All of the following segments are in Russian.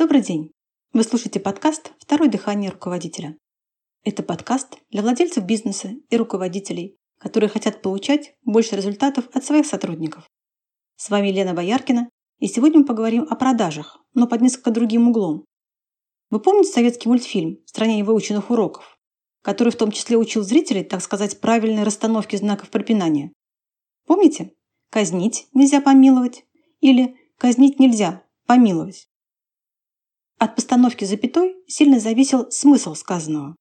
Добрый день! Вы слушаете подкаст «Второе дыхание руководителя». Это подкаст для владельцев бизнеса и руководителей, которые хотят получать больше результатов от своих сотрудников. С вами Лена Бояркина, и сегодня мы поговорим о продажах, но под несколько другим углом. Вы помните советский мультфильм «В стране невыученных уроков», который в том числе учил зрителей, так сказать, правильной расстановке знаков препинания? Помните? «Казнить нельзя помиловать» или «казнить нельзя помиловать». От постановки запятой сильно зависел смысл сказанного.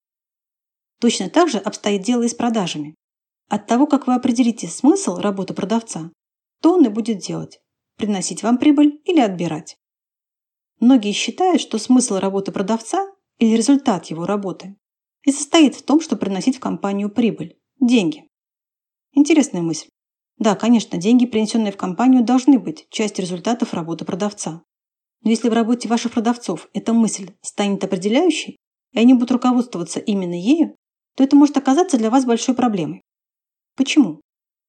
Точно так же обстоит дело и с продажами. От того, как вы определите смысл работы продавца, то он и будет делать – приносить вам прибыль или отбирать. Многие считают, что смысл работы продавца или результат его работы и состоит в том, чтобы приносить в компанию прибыль – деньги. Интересная мысль. Да, конечно, деньги, принесенные в компанию, должны быть частью результатов работы продавца. Но если в работе ваших продавцов эта мысль станет определяющей, и они будут руководствоваться именно ею, то это может оказаться для вас большой проблемой. Почему?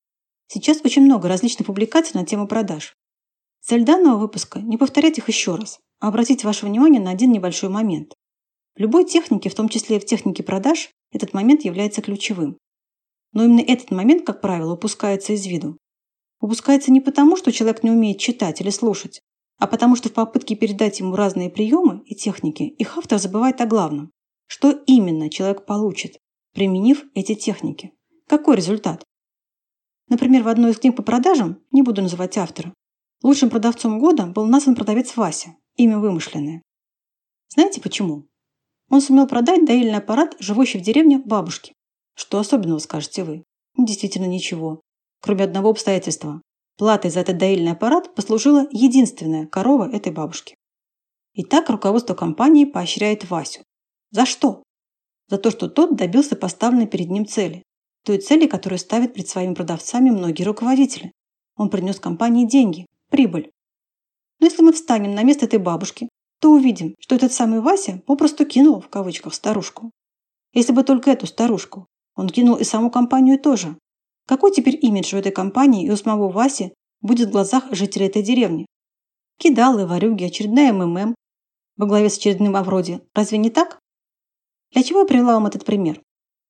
Сейчас очень много различных публикаций на тему продаж. Цель данного выпуска – не повторять их еще раз, а обратить ваше внимание на один небольшой момент. В любой технике, в том числе и в технике продаж, этот момент является ключевым. Но именно этот момент, как правило, упускается из виду. Упускается не потому, что человек не умеет читать или слушать, а потому что в попытке передать ему разные приемы и техники их автор забывает о главном. Что именно человек получит, применив эти техники? Какой результат? Например, в одной из книг по продажам, не буду называть автора, лучшим продавцом года был назван продавец Вася, имя вымышленное. Знаете почему? Он сумел продать доильный аппарат, живущей в деревне бабушке. Что особенного, скажете вы? Действительно ничего. Кроме одного обстоятельства. Платой за этот доильный аппарат послужила единственная корова этой бабушки. Итак, руководство компании поощряет Васю. За что? За то, что тот добился поставленной перед ним цели. Той цели, которую ставят перед своими продавцами многие руководители. Он принес компании деньги, прибыль. Но если мы встанем на место этой бабушки, то увидим, что этот самый Вася попросту кинул, в кавычках, старушку. Если бы только эту старушку, он кинул и саму компанию тоже. Какой теперь имидж у этой компании и у самого Васи будет в глазах жителей этой деревни? Кидалы, ворюги, очередная МММ во главе с очередным Авроди. Разве не так? Для чего я привела вам этот пример?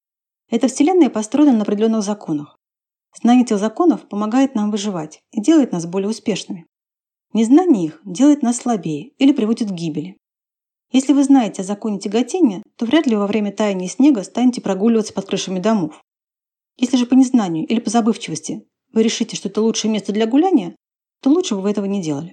Эта вселенная построена на определенных законах. Знание этих законов помогает нам выживать и делает нас более успешными. Незнание их делает нас слабее или приводит к гибели. Если вы знаете о законе тяготения, то вряд ли во время таяния снега станете прогуливаться под крышами домов. Если же по незнанию или по забывчивости вы решите, что это лучшее место для гуляния, то лучше бы вы этого не делали.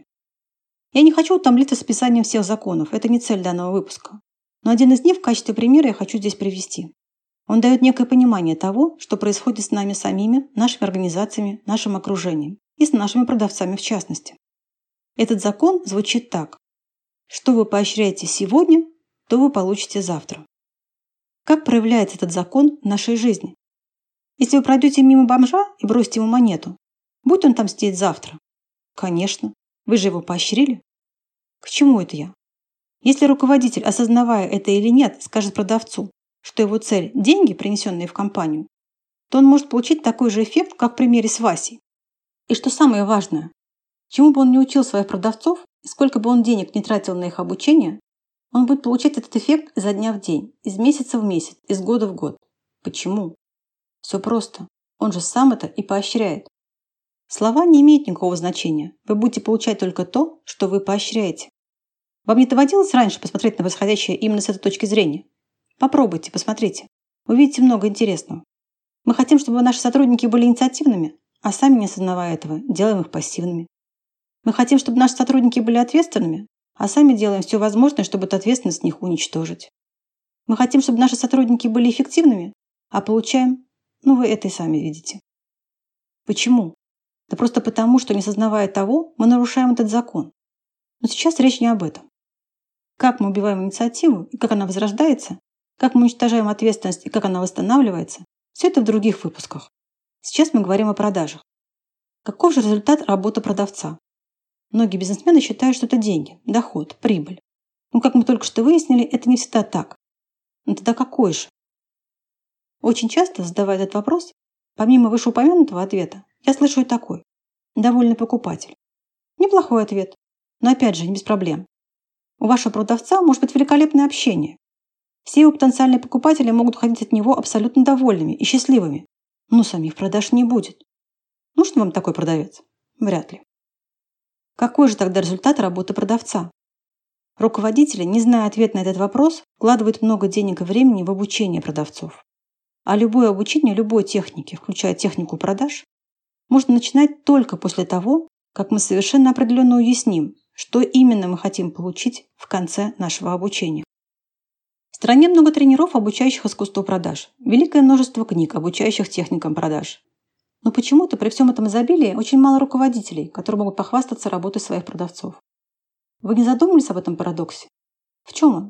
Я не хочу утомлиться с описанием всех законов, это не цель данного выпуска. Но один из них в качестве примера я хочу здесь привести. Он дает некое понимание того, что происходит с нами самими, нашими организациями, нашим окружением и с нашими продавцами в частности. Этот закон звучит так. Что вы поощряете сегодня, то вы получите завтра. Как проявляется этот закон в нашей жизни? Если вы пройдете мимо бомжа и бросите ему монету, будет он там сидеть завтра? Конечно, вы же его поощрили. К чему это я? Если руководитель, осознавая это или нет, скажет продавцу, что его цель – деньги, принесенные в компанию, то он может получить такой же эффект, как в примере с Васей. И что самое важное, чему бы он ни учил своих продавцов, и сколько бы он денег не тратил на их обучение, он будет получать этот эффект изо дня в день, из месяца в месяц, из года в год. Почему? Все просто. Он же сам это и поощряет. Слова не имеют никакого значения. Вы будете получать только то, что вы поощряете. Вам не доводилось раньше посмотреть на происходящее именно с этой точки зрения? Попробуйте, посмотрите. Увидите много интересного. Мы хотим, чтобы наши сотрудники были инициативными, а сами, не осознавая этого, делаем их пассивными. Мы хотим, чтобы наши сотрудники были ответственными, а сами делаем все возможное, чтобы эту ответственность с них уничтожить. Мы хотим, чтобы наши сотрудники были эффективными, а получаем, вы это и сами видите. Почему? Да просто потому, что, не осознавая того, мы нарушаем этот закон. Но сейчас речь не об этом. Как мы убиваем инициативу и как она возрождается, как мы уничтожаем ответственность и как она восстанавливается, все это в других выпусках. Сейчас мы говорим о продажах. Каков же результат работы продавца? Многие бизнесмены считают, что это деньги, доход, прибыль. Но, как мы только что выяснили, это не всегда так. Но тогда какой же? Очень часто, задавая этот вопрос, помимо вышеупомянутого ответа, я слышу и такой. Довольный покупатель. Неплохой ответ, но опять же не без проблем. У вашего продавца может быть великолепное общение. Все его потенциальные покупатели могут ходить от него абсолютно довольными и счастливыми, но самих продаж не будет. Нужен вам такой продавец? Вряд ли. Какой же тогда результат работы продавца? Руководители, не зная ответа на этот вопрос, вкладывают много денег и времени в обучение продавцов. А любое обучение любой технике, включая технику продаж, можно начинать только после того, как мы совершенно определенно уясним, что именно мы хотим получить в конце нашего обучения. В стране много тренеров, обучающих искусству продаж, великое множество книг, обучающих техникам продаж. Но почему-то при всем этом изобилии очень мало руководителей, которые могут похвастаться работой своих продавцов. Вы не задумывались об этом парадоксе? В чем он?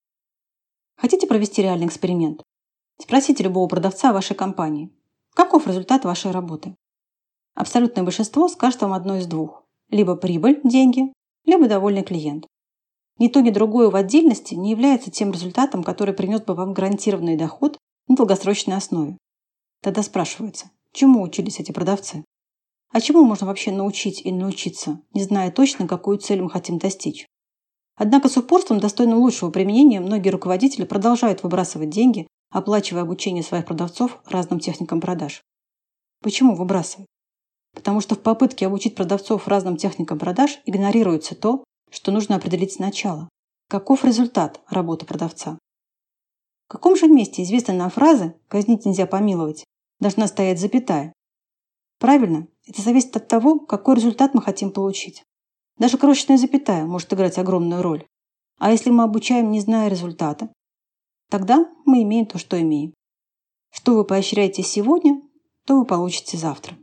Хотите провести реальный эксперимент? Спросите любого продавца вашей компании, каков результат вашей работы. Абсолютное большинство скажет вам одно из двух. Либо прибыль, деньги, либо довольный клиент. Ни то, ни другое в отдельности не является тем результатом, который принес бы вам гарантированный доход на долгосрочной основе. Тогда спрашивается, чему учились эти продавцы? А чему можно вообще научить и научиться, не зная точно, какую цель мы хотим достичь? Однако с упорством, достойным лучшего применения, многие руководители продолжают выбрасывать деньги, оплачивая обучение своих продавцов разным техникам продаж. Почему выбрасывают? Потому что в попытке обучить продавцов разным техникам продаж игнорируется то, что нужно определить сначала. Каков результат работы продавца? В каком же месте известной нам фразы «казнить нельзя помиловать» должна стоять запятая? Правильно, это зависит от того, какой результат мы хотим получить. Даже крошечная запятая может играть огромную роль. А если мы обучаем, не зная результата, тогда мы имеем то, что имеем. Что вы поощряете сегодня, то вы получите завтра.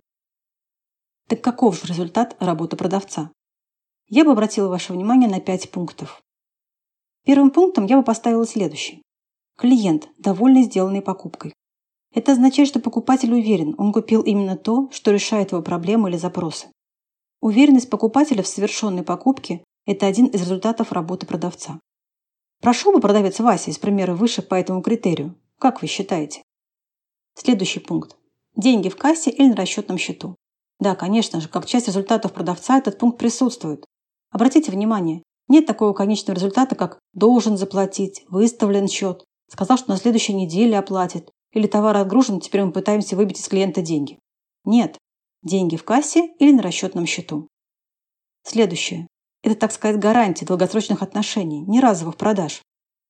Так каков же результат работы продавца? Я бы обратила ваше внимание на 5 пунктов. Первым пунктом я бы поставила следующий. Клиент, довольный сделанной покупкой. Это означает, что покупатель уверен, он купил именно то, что решает его проблемы или запросы. Уверенность покупателя в совершенной покупке – это один из результатов работы продавца. Прошел бы продавец Вася из примера выше по этому критерию. Как вы считаете? Следующий пункт. Деньги в кассе или на расчетном счету. Да, конечно же, как часть результатов продавца этот пункт присутствует. Обратите внимание, нет такого конечного результата, как «должен заплатить», «выставлен счет», «сказал, что на следующей неделе оплатит», или «товар отгружен, теперь мы пытаемся выбить из клиента деньги». Нет. Деньги в кассе или на расчетном счету. Следующее. Это, так сказать, гарантия долгосрочных отношений, не разовых продаж.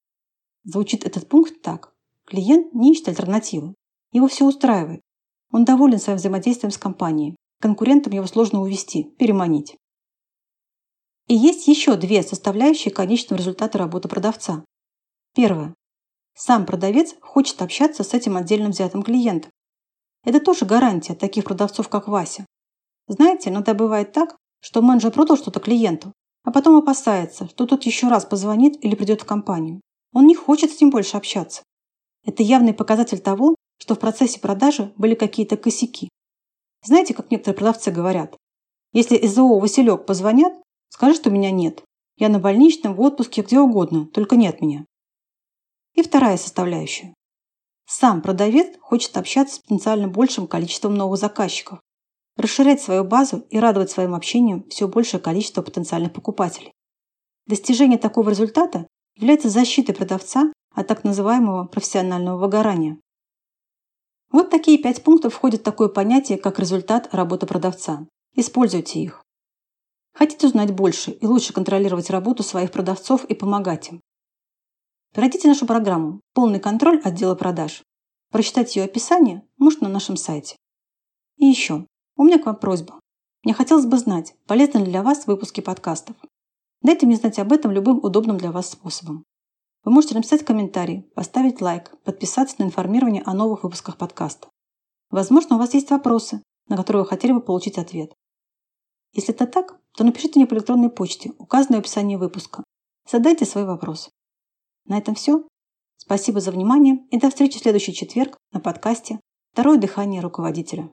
Звучит этот пункт так. Клиент не ищет альтернативы. Его все устраивает. Он доволен своим взаимодействием с компанией. Конкурентам его сложно увести, переманить. И есть еще 2 составляющие конечного результата работы продавца. Первое. Сам продавец хочет общаться с этим отдельно взятым клиентом. Это тоже гарантия от таких продавцов, как Вася. Знаете, иногда бывает так, что менеджер продал что-то клиенту, а потом опасается, что тот еще раз позвонит или придет в компанию. Он не хочет с ним больше общаться. Это явный показатель того, что в процессе продажи были какие-то косяки. Знаете, как некоторые продавцы говорят? Если из ООО «Василек» позвонят, скажи, что меня нет. Я на больничном, в отпуске, где угодно, только нет меня. И вторая составляющая. Сам продавец хочет общаться с потенциально большим количеством новых заказчиков, расширять свою базу и радовать своим общением все большее количество потенциальных покупателей. Достижение такого результата является защитой продавца от так называемого профессионального выгорания. Вот такие 5 пунктов входят в такое понятие, как результат работы продавца. Используйте их. Хотите узнать больше и лучше контролировать работу своих продавцов и помогать им? Пройдите нашу программу «Полный контроль отдела продаж». Прочитать ее описание можно на нашем сайте. И еще, у меня к вам просьба. Мне хотелось бы знать, полезны ли для вас выпуски подкастов. Дайте мне знать об этом любым удобным для вас способом. Вы можете написать комментарий, поставить лайк, подписаться на информирование о новых выпусках подкаста. Возможно, у вас есть вопросы, на которые вы хотели бы получить ответ. Если это так, то напишите мне по электронной почте, указанной в описании выпуска. Задайте свой вопрос. На этом все. Спасибо за внимание и до встречи в следующий четверг на подкасте «Второе дыхание руководителя».